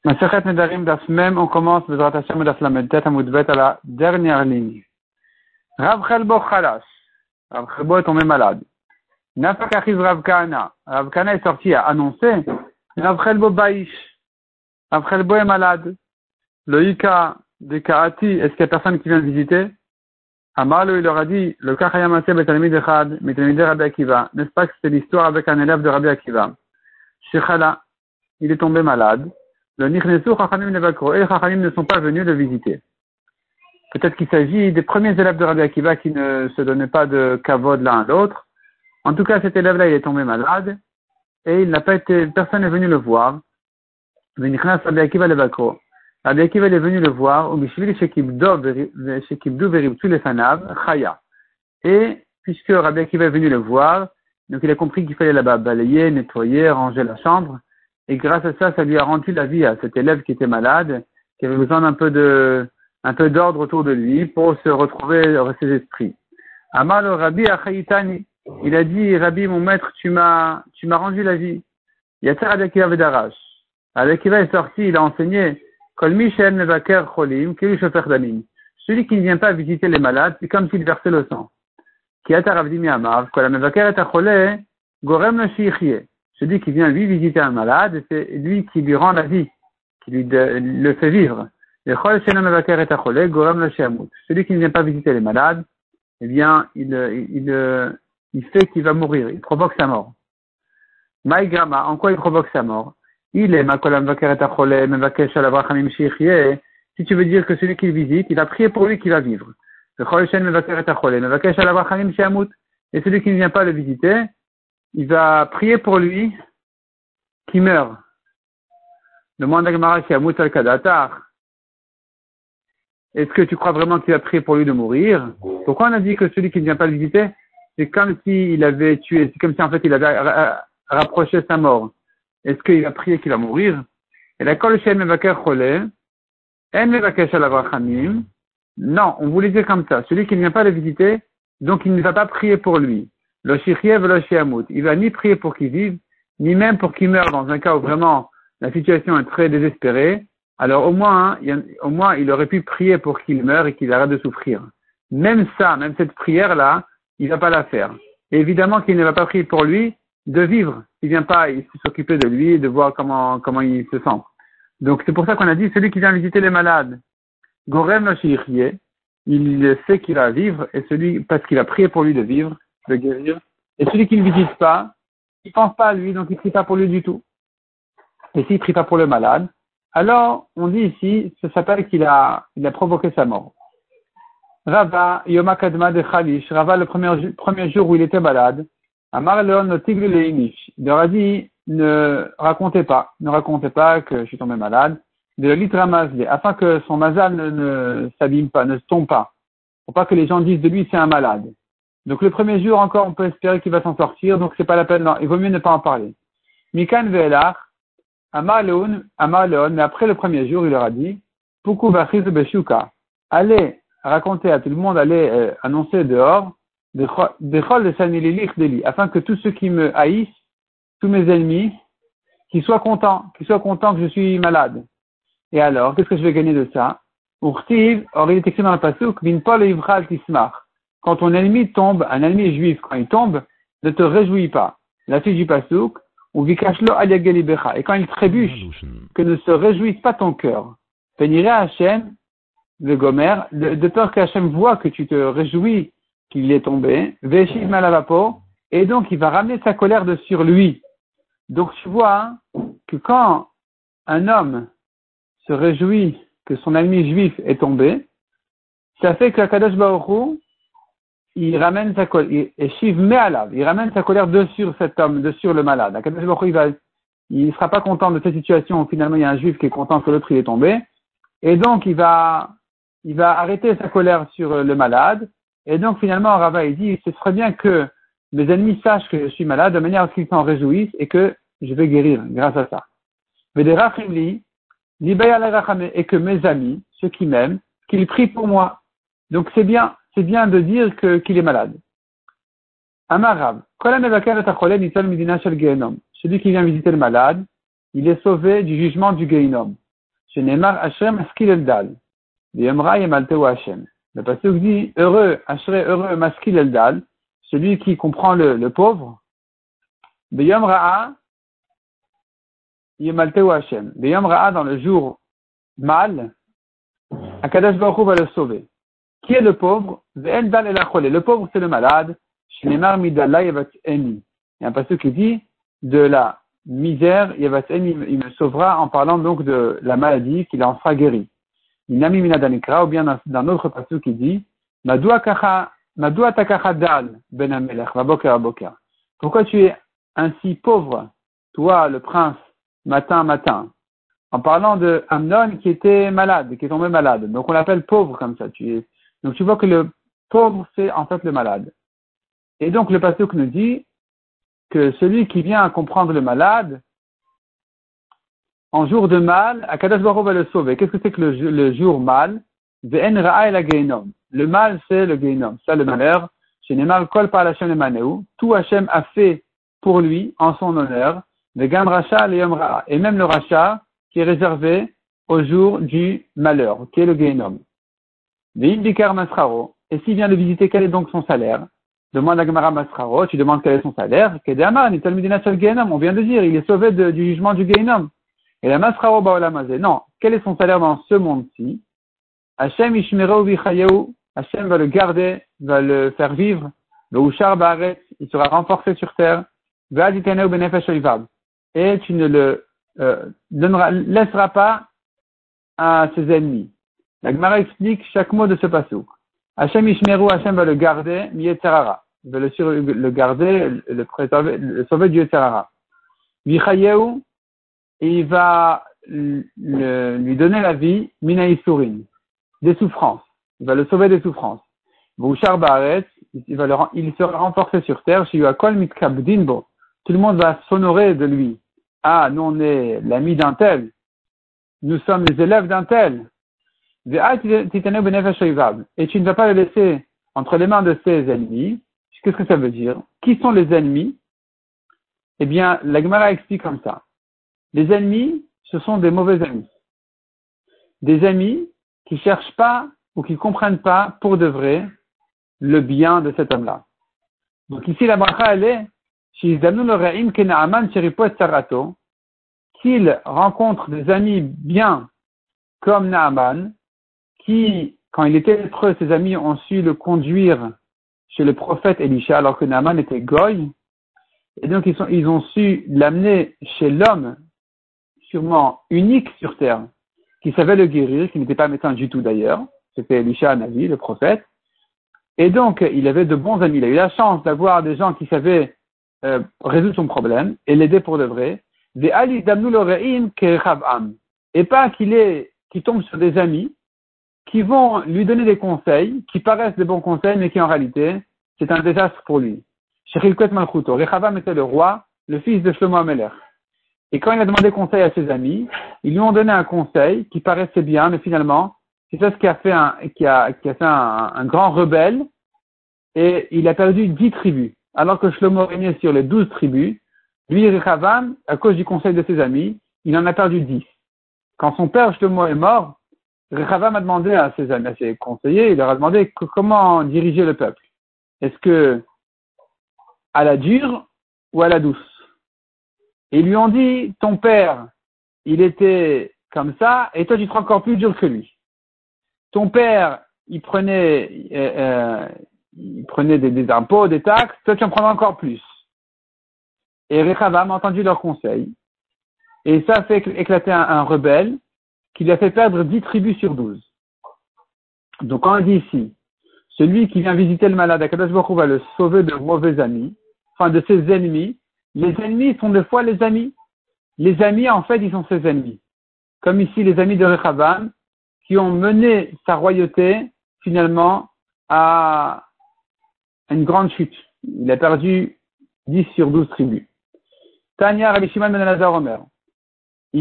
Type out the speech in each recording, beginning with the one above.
Masechet Nedarim Daf Mem, on commence Bezrat Hashem Daf Lamed Amud Bet à la dernière ligne. Rav Chelbo Chalas. Rav Chelbo est tombé malade. Nafak Achiz Rav Kahana. Rav Kahana est sorti à annoncer. Rav Chelbo Baïch. Rav Chelbo est malade. Le Ika de Kaati, est-ce qu'il y a personne qui vient visiter? Amalo, il leur a dit, le Kachayamase Betalmid Echad, Betalmid Rabbi Akiva. N'est-ce pas que c'est l'histoire avec un élève de Rabbi Akiva? Shechala, il est tombé malade. Le Nichnesu Chachamim Nevakro, et les Chachamim ne sont pas venus le visiter. Peut-être qu'il s'agit des premiers élèves de Rabbi Akiva qui ne se donnaient pas de kavod l'un à l'autre. En tout cas, cet élève-là, il est tombé malade, et il n'a pas été, personne n'est venu le voir. Le Nichnas Rabbi Akiva Levakro. Rabbi Akiva est venu le voir, au Bishvili Shekibdu Veribtu Lefanav, Chaya. Et, puisque Rabbi Akiva est venu le voir, donc il a compris qu'il fallait là-bas balayer, nettoyer, ranger la chambre, et grâce à ça, ça lui a rendu la vie à cet élève qui était malade, qui avait besoin d'un peu d'ordre autour de lui pour se retrouver ses esprits. Amar le Rabbi Achayitani, il a dit, Rabbi, mon maître, tu m'as rendu la vie. Yatzar Rabbi Akiva Vedarash. Rabbi Akiva est sorti, il a enseigné, Kol Mishel Mevaker Cholim, Kelu Shofer Damim. Celui qui ne vient pas visiter les malades, c'est comme s'il versait le sang. Ki Yatzar Rabbi Miamav, Kol Mevaker et Achole, Gorem le Shichye. Celui qui vient lui visiter un malade, c'est lui qui lui rend la vie, qui le fait vivre. Celui qui ne vient pas visiter les malades, eh bien, il fait qu'il va mourir, il provoque sa mort. Maïgrama, en quoi il provoque sa mort? Il est si tu veux dire que celui qui le visite, il a prié pour lui qu'il va vivre. Et celui qui ne vient pas le visiter, il va prier pour lui qui meurt. Demande à Gemara si Amut al-Kadatar. Est-ce que tu crois vraiment qu'il va prier pour lui de mourir? Pourquoi on a dit que celui qui ne vient pas le visiter, c'est comme s'il avait tué, c'est comme si en fait il avait rapproché sa mort. Est-ce qu'il va prier qu'il va mourir? Et la kol shem mevaker chole, en mevakesh alav rachamim. Non, on voulait dire comme ça. Celui qui ne vient pas le visiter, donc il ne va pas prier pour lui. Le shichiev le shiamut. Il va ni prier pour qu'il vive, ni même pour qu'il meure dans un cas où vraiment la situation est très désespérée. Alors au moins, il aurait pu prier pour qu'il meure et qu'il arrête de souffrir. Même ça, même cette prière-là, il va pas la faire. Et évidemment qu'il ne va pas prier pour lui de vivre. Il vient pas s'occuper de lui et de voir comment il se sent. Donc c'est pour ça qu'on a dit, celui qui vient visiter les malades, Gorem le shichie, il sait qu'il va vivre, et parce qu'il a prié pour lui de vivre, de guérir. Et celui qui ne visite pas, il pense pas à lui, donc il prie pas pour lui du tout. Et s'il prie pas pour le malade, alors on dit ici, ça s'appelle qu'il a provoqué sa mort. Rava, Yoma Kadma de Khalish, Rava le premier jour où il était malade, Amar Leon no Tiglu Leinish, il leur a dit, ne racontez pas que je suis tombé malade, de l'itra mazle, afin que son mazal ne s'abîme pas, ne se tombe pas. Pour pas que les gens disent de lui c'est un malade. Donc le premier jour encore on peut espérer qu'il va s'en sortir, donc c'est pas la peine, non, il vaut mieux ne pas en parler. Mikan ve'elach, Amar Leon, mais après le premier jour il leur a dit, Puku vachiz beshuka, allez raconter à tout le monde, allez annoncer dehors, Bechol de Sanililich Deli, afin que tous ceux qui me haïssent, tous mes ennemis, qu'ils soient contents que je suis malade. Et alors, qu'est-ce que je vais gagner de ça? Urtiv, or il est écrit dans le pasuk, Vinpol et Ivral Tismach. Quand ton ennemi tombe, un ennemi juif, quand il tombe, ne te réjouis pas. La suite du pasuk, ou Vikashlo Aliageli Becha. Et quand il trébuche, que ne se réjouisse pas ton cœur. Péniré Hachem, le Gomer, de peur qu'Hachem voit que tu te réjouis qu'il est tombé, Veshiv Malavapo, et donc il va ramener sa colère sur lui. Donc tu vois que quand un homme se réjouit que son ennemi juif est tombé, ça fait que Kadosh Baruch Hu, il ramène sa colère, et Shiv Me'alav, il ramène sa colère sur cet homme, sur le malade. Kadosh Baruch Hu, il sera pas content de cette situation où finalement il y a un juif qui est content que l'autre il est tombé, et donc il va arrêter sa colère sur le malade, et donc finalement Rava il dit, ce serait bien que mes ennemis sachent que je suis malade de manière à ce qu'ils s'en réjouissent et que je vais guérir grâce à ça. Et que mes amis, ceux qui m'aiment, qu'ils prient pour moi. Donc c'est bien de dire qu'il est malade. Amarav, celui qui vient visiter le malade, il est sauvé du jugement du Gehinom. Shenemar Hashem Maskil Eldal. V'yomra Yemalteu Hashem. Le pasuk dit, heureux, Ashrei, heureux, Maskil Eldal, celui qui comprend le pauvre. V'yomra Yemalteu Hashem. V'yomra dans le jour mal, Akadosh Baruch Hu va le sauver. Qui est le pauvre? Ve'eldal elachole. Le pauvre, c'est le malade. Shenemar Midallah Yevatzeni. Il y a un pasuk qui dit, de la misère, Yevatzeni, il me sauvera en parlant donc de la maladie, qu'il en sera guéri. Minami Minadanikra, ou bien dans autre pasuk qui dit, Madua takacha dal ben amelech, vaboker aboker. Pourquoi tu es ainsi pauvre, toi, le prince, matin, en parlant de Amnon qui était malade, qui est tombé malade. Donc on l'appelle pauvre comme ça. Donc tu vois que le pauvre, c'est en fait le malade. Et donc le pasuk nous dit que celui qui vient à comprendre le malade, en jour de mal, Akadosh Baruch Hu va le sauver. Qu'est-ce que c'est que le jour mal? Ve'en ra'a el hageinom. Le mal, c'est le geinom. Ça, le malheur. Shenemar kol par Hashem emaneu. Tout Hashem a fait pour lui, en son honneur. Ve'gam racha leyom ra'a. Et même le racha, qui est réservé au jour du malheur, qui est le geinom. Ve'im bikar masraro. Et s'il vient de visiter, quel est donc son salaire? Demande à Gemara Masraro, tu demandes quel est son salaire? Kedamar, ni talmidina shel geinom. On vient de dire, il est sauvé du jugement du geinom. Et la Masraro Baolam Hazeh. Non. Quel est son salaire dans ce monde-ci? Hashem Ishmereu Vichayeu. Hashem va le garder, va le faire vivre. Le Ushar Baaretz, il sera renforcé sur terre. Ve'aditeneu benefesh oivav. Et tu ne le laisseras pas à ses ennemis. La Gemara explique chaque mot de ce pasuk. Hashem Ishmereu, Hashem va le garder, miyetzerara. Il va le garder, le préserver, le sauver du yetzerara. Vichayeu. Et il va lui donner la vie, mina isurin, des souffrances. Il va le sauver des souffrances. Bouchar Baaretz, il sera renforcé sur terre, chez Yuakol Mitkabdinbo. Tout le monde va s'honorer de lui. Ah, nous on est l'ami d'un tel. Nous sommes les élèves d'un tel. Et tu ne vas pas le laisser entre les mains de ses ennemis. Qu'est-ce que ça veut dire? Qui sont les ennemis? Eh bien, la Gemara explique comme ça. Les ennemis, ce sont des mauvais amis. Des amis qui cherchent pas ou qui comprennent pas pour de vrai le bien de cet homme-là. Donc ici, la bracha, elle est, qu'il rencontre des amis bien comme Naaman, qui, quand il était lépreux, ses amis ont su le conduire chez le prophète Elisha, alors que Naaman était goy. Et donc, ils ont su l'amener chez l'homme sûrement unique sur terre, qui savait le guérir, qui n'était pas médecin du tout d'ailleurs, c'était Elisha Navi, le prophète, et donc il avait de bons amis, il a eu la chance d'avoir des gens qui savaient résoudre son problème, et l'aider pour de vrai, et pas qu'il tombe sur des amis qui vont lui donner des conseils, qui paraissent des bons conseils, mais qui en réalité, c'est un désastre pour lui. Rechavam était le roi, le fils de Shlomo HaMelech. Et quand il a demandé conseil à ses amis, ils lui ont donné un conseil qui paraissait bien, mais finalement, c'est ça ce qui a fait un grand rebelle, et il a perdu 10 tribus. Alors que Shlomo régnait sur les 12 tribus, lui, Rechavam, à cause du conseil de ses amis, il en a perdu 10. Quand son père Shlomo est mort, Rechavam a demandé à ses amis, à ses conseillers, il leur a demandé comment diriger le peuple. Est-ce que à la dure ou à la douce? Et ils lui ont dit, ton père, il était comme ça, et toi tu seras encore plus dur que lui. Ton père, il prenait des impôts, des taxes, toi tu en prendras encore plus. Et Rechavam a entendu leur conseil, et ça a fait éclater un rebelle qui lui a fait perdre 10 tribus sur 12. Donc quand on dit ici, celui qui vient visiter le malade, Akadosh Baruch Hu va le sauver de mauvais amis, enfin de ses ennemis. Les ennemis sont des fois les amis. Les amis, en fait, ils sont ses ennemis. Comme ici, les amis de Rechavam, qui ont mené sa royauté, finalement, à une grande chute. Il a perdu 10 sur 12 tribus. Tanya Rabbi Shimon ben Elazar Omer. Si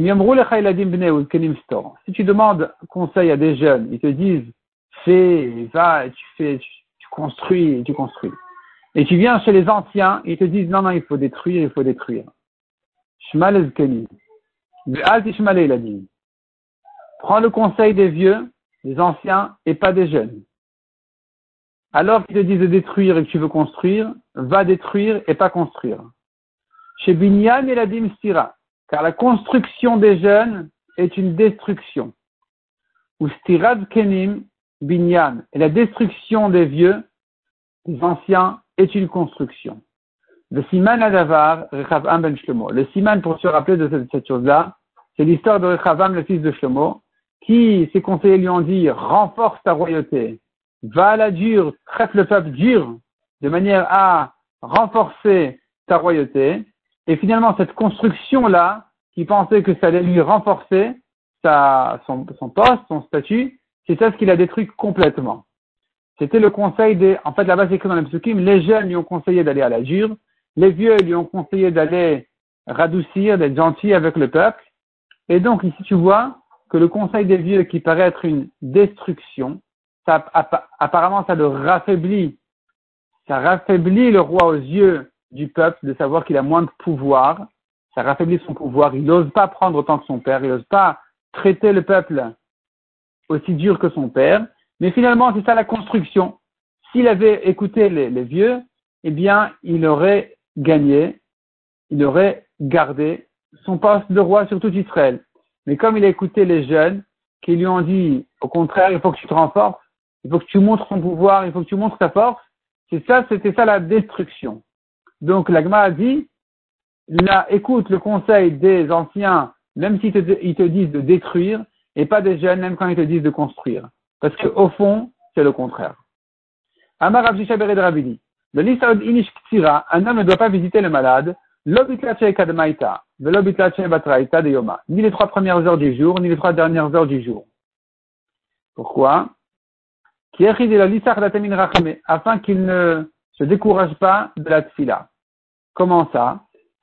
tu demandes conseil à des jeunes, ils te disent, fais, va, tu construis, tu construis. Et tu viens chez les anciens, ils te disent, non, il faut détruire, il faut détruire. Shma lezkeni. Ve'al tishma le'iladim. Prends le conseil des vieux, des anciens et pas des jeunes. Alors qu'ils te disent de détruire et que tu veux construire, va détruire et pas construire. Chez Binyan et la Stira, car la construction des jeunes est une destruction. Ou Stirad Kenim, Binyan, et la destruction des vieux, des anciens, est une construction. Le Siman Adavar, Rechavam ben Shlomo. Le Siman, pour se rappeler de cette chose-là, c'est l'histoire de Rechavam, le fils de Shlomo, qui, ses conseillers lui ont dit, renforce ta royauté, va à la dure, traite le peuple dur, de manière à renforcer ta royauté. Et finalement, cette construction-là, qui pensait que ça allait lui renforcer son poste, son statut, c'est ça ce qu'il a détruit complètement. C'était le conseil en fait, là-bas, c'est écrit dans les psukim, les jeunes lui ont conseillé d'aller à la dure, les vieux lui ont conseillé d'aller radoucir, d'être gentil avec le peuple. Et donc, ici, tu vois que le conseil des vieux, qui paraît être une destruction, apparemment, ça le raffaiblit. Ça raffaiblit le roi aux yeux du peuple de savoir qu'il a moins de pouvoir. Ça raffaiblit son pouvoir. Il n'ose pas prendre autant que son père. Il n'ose pas traiter le peuple aussi dur que son père. Mais finalement, c'est ça la construction. S'il avait écouté les vieux, eh bien, il aurait gagné, il aurait gardé son poste de roi sur tout Israël. Mais comme il a écouté les jeunes, qui lui ont dit, au contraire, il faut que tu te renforces, il faut que tu montres ton pouvoir, il faut que tu montres ta force, c'était ça la destruction. Donc, la Gemara a dit, là, écoute le conseil des anciens, même s'ils te disent de détruire, et pas des jeunes, même quand ils te disent de construire. Parce qu'au fond, c'est le contraire. Amar Rav Shisha Bered Rabidi. Le Lisaod Inish Ktira, un homme ne doit pas visiter le malade, l'obitlache kadmaita, l'obitlache batraita de yoma. Ni les 3 premières heures du jour, ni les 3 dernières heures du jour. Pourquoi? Afin qu'il ne se décourage pas de la tfila. Comment ça?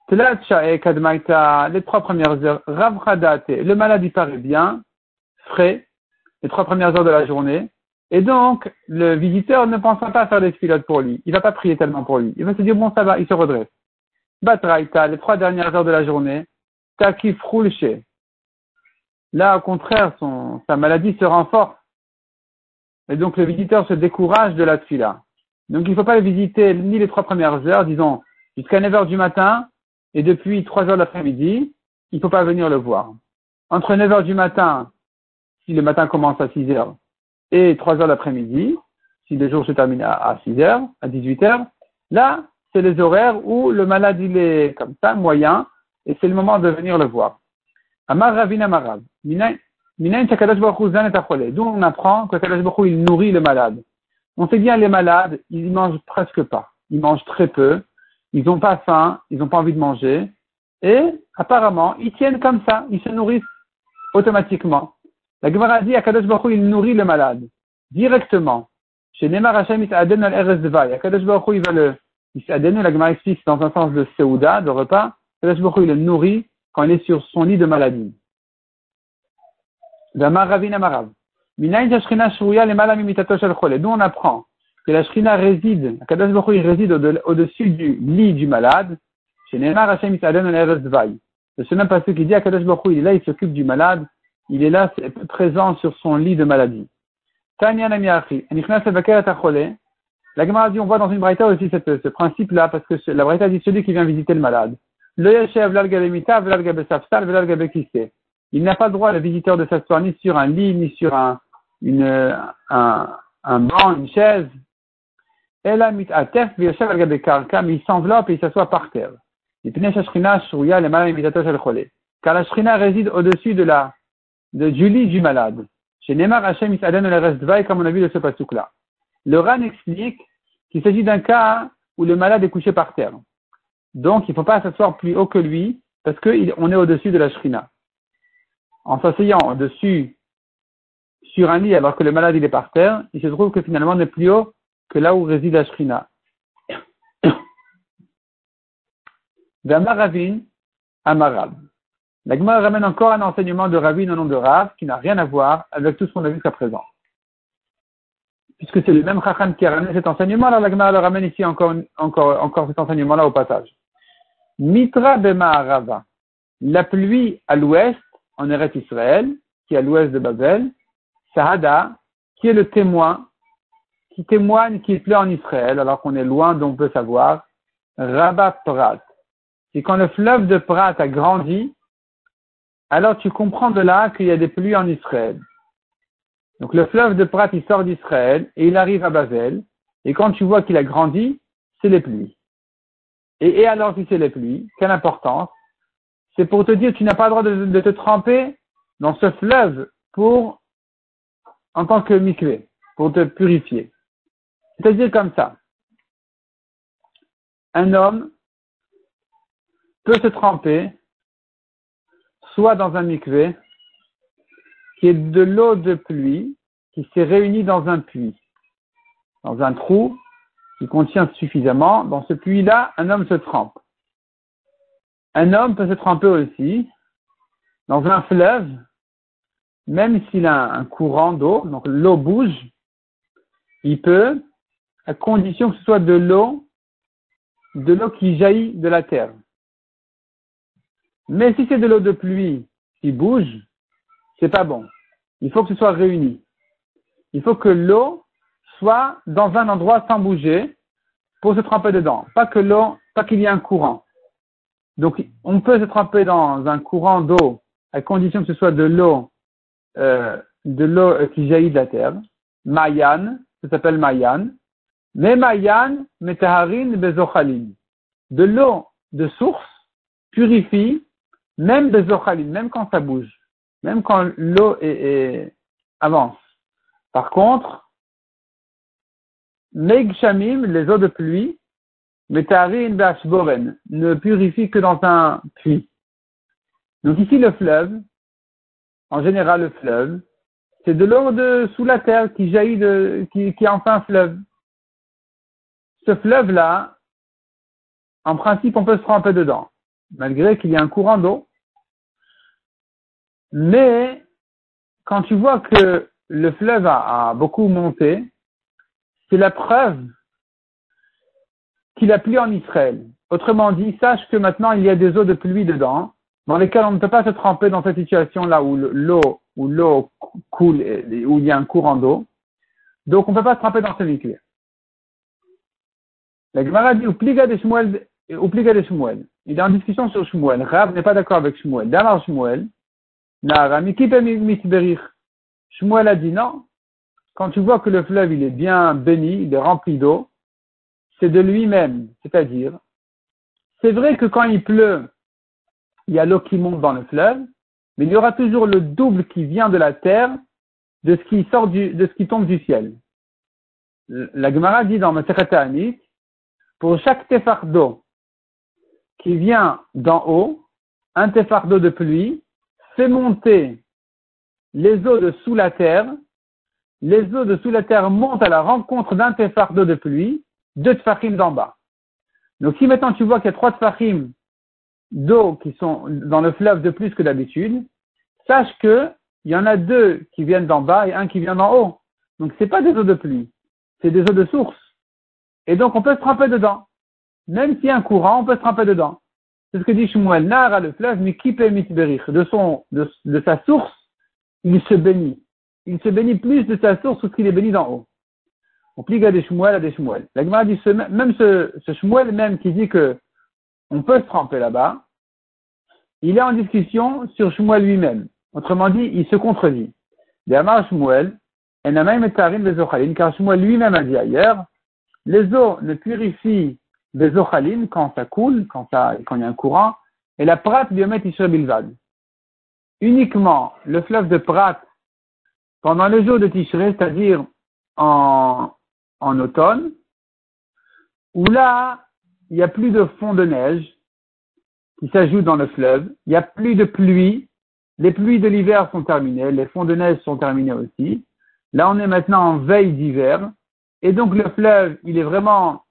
Les 3 premières heures, Ravradate, le malade il paraît bien, frais, les 3 premières heures de la journée, et donc le visiteur ne pensera pas faire des tfilotes pour lui, il va pas prier tellement pour lui, il va se dire bon ça va, il se redresse. Batraïta, les 3 dernières heures de la journée, Takif Roulche, là au contraire sa maladie se renforce, et donc le visiteur se décourage de la tfila. Donc il ne faut pas le visiter ni les 3 premières heures, disons jusqu'à 9 heures du matin, et depuis 3 heures de l'après-midi, il ne faut pas venir le voir. Entre 9 heures du matin, si le matin commence à 6 heures, et 3 heures l'après-midi, si le jour se termine à 6 heures, à 18 heures, là, c'est les horaires où le malade, il est comme ça, moyen, et c'est le moment de venir le voir. Amar Ravina Marav. Minayin Shakadosh Baruch Hu zan et achole. D'où on apprend que Kadosh Baruch Hu, il nourrit le malade. On sait bien, les malades, ils mangent presque pas. Ils mangent très peu. Ils n'ont pas faim. Ils n'ont pas envie de manger. Et, apparemment, ils tiennent comme ça. Ils se nourrissent automatiquement. La Gemara dit, Kadosh Baruch Hu, il nourrit le malade. Directement. Chez Neymar Hashem, il adène al eres devai. Kadosh Baruch Hu, il s'adène, la Gemara explique dans un sens de Seuda, de repas. Kadosh Baruch Hu, il le nourrit quand il est sur son lit de maladie. D'Amar Ravina Marav. Minayin Shashrina Shruya le malam imitato shel chole. D'où on apprend que la Shrina réside, Kadosh Baruch Hu, il réside au-dessus du lit du malade. Chez Neymar Hashem, il adène al eres devai. C'est ce même passage qui dit, Kadosh Baruch Hu, il est là, il s'occupe du malade. Il est là, c'est présent sur son lit de maladie. Tanya Namiachi. Anichnas Evaker Tachole. La Gemara dit, on voit dans une braïta aussi ce principe-là, parce que la braïta dit celui qui vient visiter le malade. Le Yeshev Lal Gabemita, Velal Gabesafsal, Velal Gabekiste. Il n'a pas le droit, le visiteur, de s'asseoir ni sur un lit, ni sur un banc, une chaise. Ela mit atef, Yeshev Al Gabekarka, mais il s'enveloppe et il s'assoit par terre. Car la Shrina réside au-dessus du lit du malade. Chez Neymar Hashem Isaden le reste vaille, comme on a vu de ce pasuk-là. Le Ran explique qu'il s'agit d'un cas où le malade est couché par terre. Donc, il ne faut pas s'asseoir plus haut que lui, parce qu'on est au-dessus de la Shrina. En s'asseyant au-dessus, sur un lit, alors que le malade il est par terre, il se trouve que finalement on est plus haut que là où réside la Shrina. D'Amar Ravin, Amarab. La Gemara ramène encore un enseignement de Ravin au nom de Rav, qui n'a rien à voir avec tout ce qu'on a vu jusqu'à présent. Puisque c'est le même Chacham qui a ramené cet enseignement, alors la Gemara le ramène ici encore cet enseignement-là au passage. Mitra Bema Arava. La pluie à l'ouest, en Eretz Israël, qui est à l'ouest de Babel, Sahada, qui est le témoin, qui témoigne qu'il pleut en Israël, alors qu'on est loin, donc on peut savoir, Rabat Prat. C'est quand le fleuve de Prat a grandi, alors tu comprends de là qu'il y a des pluies en Israël. Donc le fleuve de Prat, il sort d'Israël et il arrive à Babel, et quand tu vois qu'il a grandi, c'est les pluies. Et alors si c'est les pluies, quelle importance? C'est pour te dire que tu n'as pas le droit de te tremper dans ce fleuve en tant que mikvé, pour te purifier. C'est-à-dire comme ça. Un homme peut se tremper soit dans un mikvé qui est de l'eau de pluie qui s'est réunie dans un puits, dans un trou qui contient suffisamment. Dans ce puits-là, un homme se trempe. Un homme peut se tremper aussi dans un fleuve, même s'il a un courant d'eau, donc l'eau bouge, il peut, à condition que ce soit de l'eau qui jaillit de la terre. Mais si c'est de l'eau de pluie qui bouge, c'est pas bon. Il faut que ce soit réuni. Il faut que l'eau soit dans un endroit sans bouger pour se tremper dedans. Pas qu'il y ait un courant. Donc, on peut se tremper dans un courant d'eau à condition que ce soit de l'eau qui jaillit de la terre. Mayan, ça s'appelle Mayan. Mais Mayan, metaharin bezochalin. De l'eau de source purifie même bezochalin, même quand ça bouge, même quand l'eau avance. Par contre, Megshamim, les eaux de pluie, metaharin be'ashboren, ne purifient que dans un puits. Donc ici, le fleuve, en général le fleuve, c'est de l'eau sous la terre qui jaillit qui est enfin un fleuve. Ce fleuve-là, en principe, on peut se tremper dedans, malgré qu'il y ait un courant d'eau. Mais, quand tu vois que le fleuve a beaucoup monté, c'est la preuve qu'il a plu en Israël. Autrement dit, sache que maintenant il y a des eaux de pluie dedans, dans lesquelles on ne peut pas se tremper dans cette situation-là où l'eau coule et où il y a un courant d'eau. Donc on ne peut pas se tremper dans ce véhicule. La Gemara dit, Upliga de Shmuel. Il est en discussion sur Shmuel. Rav n'est pas d'accord avec Shmuel. D'abord Shmuel, Shmuel a dit non. Quand tu vois que le fleuve il est bien béni, il est rempli d'eau, c'est de lui-même. C'est-à-dire, c'est vrai que quand il pleut, il y a l'eau qui monte dans le fleuve, mais il y aura toujours le double qui vient de la terre de ce qui tombe du ciel. La Gemara dit dans Masechet Ta'anit, pour chaque tefar d'eau qui vient d'en haut, un tefar d'eau de pluie fait monter les eaux de sous la terre. Les eaux de sous la terre montent à la rencontre d'un tefar d'eau de pluie, 2 tefachim d'en bas. Donc si maintenant tu vois qu'il y a 3 tefachim d'eau qui sont dans le fleuve de plus que d'habitude, sache que il y en a 2 qui viennent d'en bas et un qui vient d'en haut. Donc c'est pas des eaux de pluie, c'est des eaux de source. Et donc on peut se tremper dedans. Même s'il y a un courant, on peut se tremper dedans. C'est ce que dit Shmuel. Nara, le fleuve, Mikipe Mitberich. De sa source, il se bénit. Il se bénit plus de sa source qu'il est béni d'en haut. On plique à des Shmuel. La Gemara dit, même ce Shmuel même qui dit que on peut se tremper là-bas, il est en discussion sur Shmuel lui-même. Autrement dit, il se contredit. D'Amar Shmuel, Enamaim et Tarim Bezochalin, car Shmuel lui-même a dit ailleurs, les eaux ne purifient Bezochalin quand ça coule, quand il y a un courant, et la Prat biomet Isra Bilvad. Uniquement le fleuve de Prat, pendant les jours de Tishré, c'est-à-dire en automne, où là, il n'y a plus de fond de neige qui s'ajoute dans le fleuve, il n'y a plus de pluie, les pluies de l'hiver sont terminées, les fonds de neige sont terminés aussi. Là, on est maintenant en veille d'hiver, et donc le fleuve, il est vraiment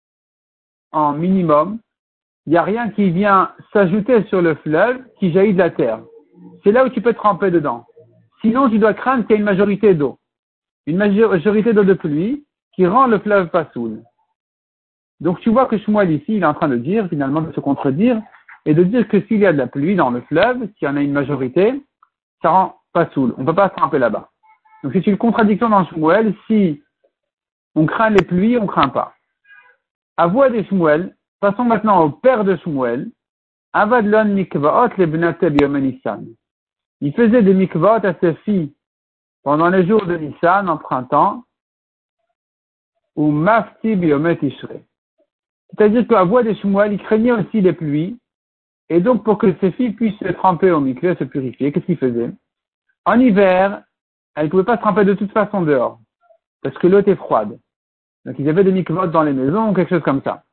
en minimum. Il n'y a rien qui vient s'ajouter sur le fleuve qui jaillit de la terre. C'est là où tu peux te tremper dedans. Sinon, tu dois craindre qu'il y ait une majorité d'eau. Une majorité d'eau de pluie qui rend le fleuve pas saoul. Donc tu vois que Shmuel ici, il est en train de dire, finalement, de se contredire, et de dire que s'il y a de la pluie dans le fleuve, s'il y en a une majorité, ça rend pas soul. On ne peut pas se tremper là-bas. Donc c'est une contradiction dans Shmuel. Si on craint les pluies, on ne craint pas. Avoua des Shmuel. Passons maintenant au père de Shmuel. Avadlon mikvaot le bnate biyom Nissan. Il faisait des mikvaot à ses filles pendant les jours de Nissan en printemps. Ou mafti biyom Tishrei. C'est-à-dire qu'à voix des Shmuel, il craignait aussi les pluies. Et donc, pour que ses filles puissent se tremper au mikveh, se purifier, qu'est-ce qu'il faisait? En hiver, elles ne pouvaient pas se tremper de toute façon dehors. Parce que l'eau était froide. Donc, ils avaient des mikvot dans les maisons ou quelque chose comme ça.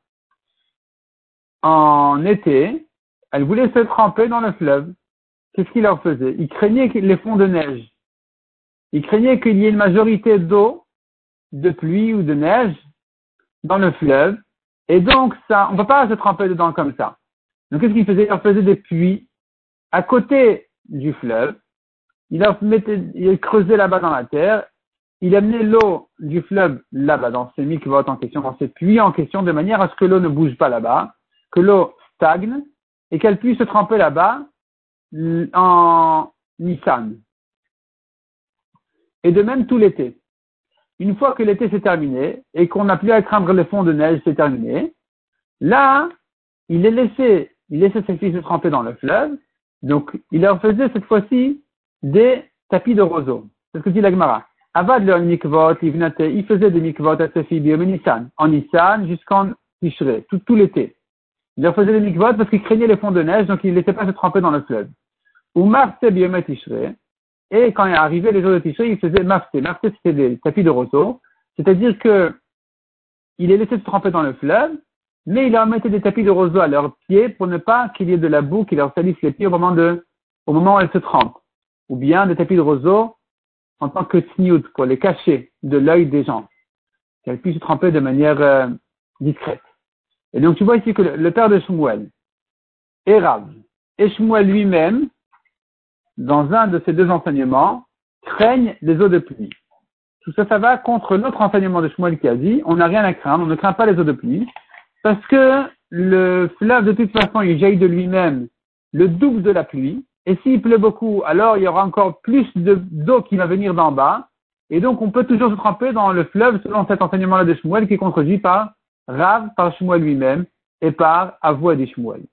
En été, elles voulaient se tremper dans le fleuve. Qu'est-ce qu'il leur faisait? Ils craignaient les fonds de neige. Ils craignaient qu'il y ait une majorité d'eau, de pluie ou de neige dans le fleuve. Et donc, ça, on ne peut pas se tremper dedans comme ça. Donc, qu'est-ce qu'il faisait? Il leur faisait des puits à côté du fleuve. Il creusait là-bas dans la terre. Il amenait l'eau du fleuve là-bas, dans ces mikvot en question, dans ces puits en question, de manière à ce que l'eau ne bouge pas là-bas, que l'eau stagne, et qu'elle puisse se tremper là-bas en Nissan. Et de même tout l'été. Une fois que l'été s'est terminé, et qu'on n'a plus à craindre les fonds de neige, c'est terminé, là, il laissait ses filles se tremper dans le fleuve, donc il leur faisait cette fois-ci des tapis de roseau. C'est ce que dit la Gemara. Avad le mikvot, il faisait des mikvot à ses filles biyom Nissan, en Nissan jusqu'en Tishrei, tout l'été. Il leur faisait des mikvot parce qu'il craignait les fonds de neige, donc il ne laissait pas se tremper dans le fleuve. Ou mafte biyom Tishrei, et quand il arrivait les jours de Tishrei, il faisait mafte. Mafte, c'était des tapis de roseau, c'est-à-dire que il les laissait se tremper dans le fleuve, mais il leur mettait des tapis de roseau à leurs pieds pour ne pas qu'il y ait de la boue qui leur salisse les pieds au moment où elles se trempent. Ou bien des tapis de roseau en tant que tsniout, pour les cacher de l'œil des gens. Qu'elles puissent se tremper de manière discrète. Et donc tu vois ici que le père de Shmuel est Rav. Et Shmuel lui-même, dans un de ces deux enseignements, craignent les eaux de pluie. Tout ça, ça va contre l'autre enseignement de Shmuel qui a dit, on n'a rien à craindre, on ne craint pas les eaux de pluie, parce que le fleuve, de toute façon, il jaillit de lui-même le double de la pluie, et s'il pleut beaucoup, alors il y aura encore plus d'eau qui va venir d'en bas, et donc on peut toujours se tremper dans le fleuve selon cet enseignement-là de Shmuel qui est contredit par Rav, par Shmuel lui-même, et par Avoua de Shmuel.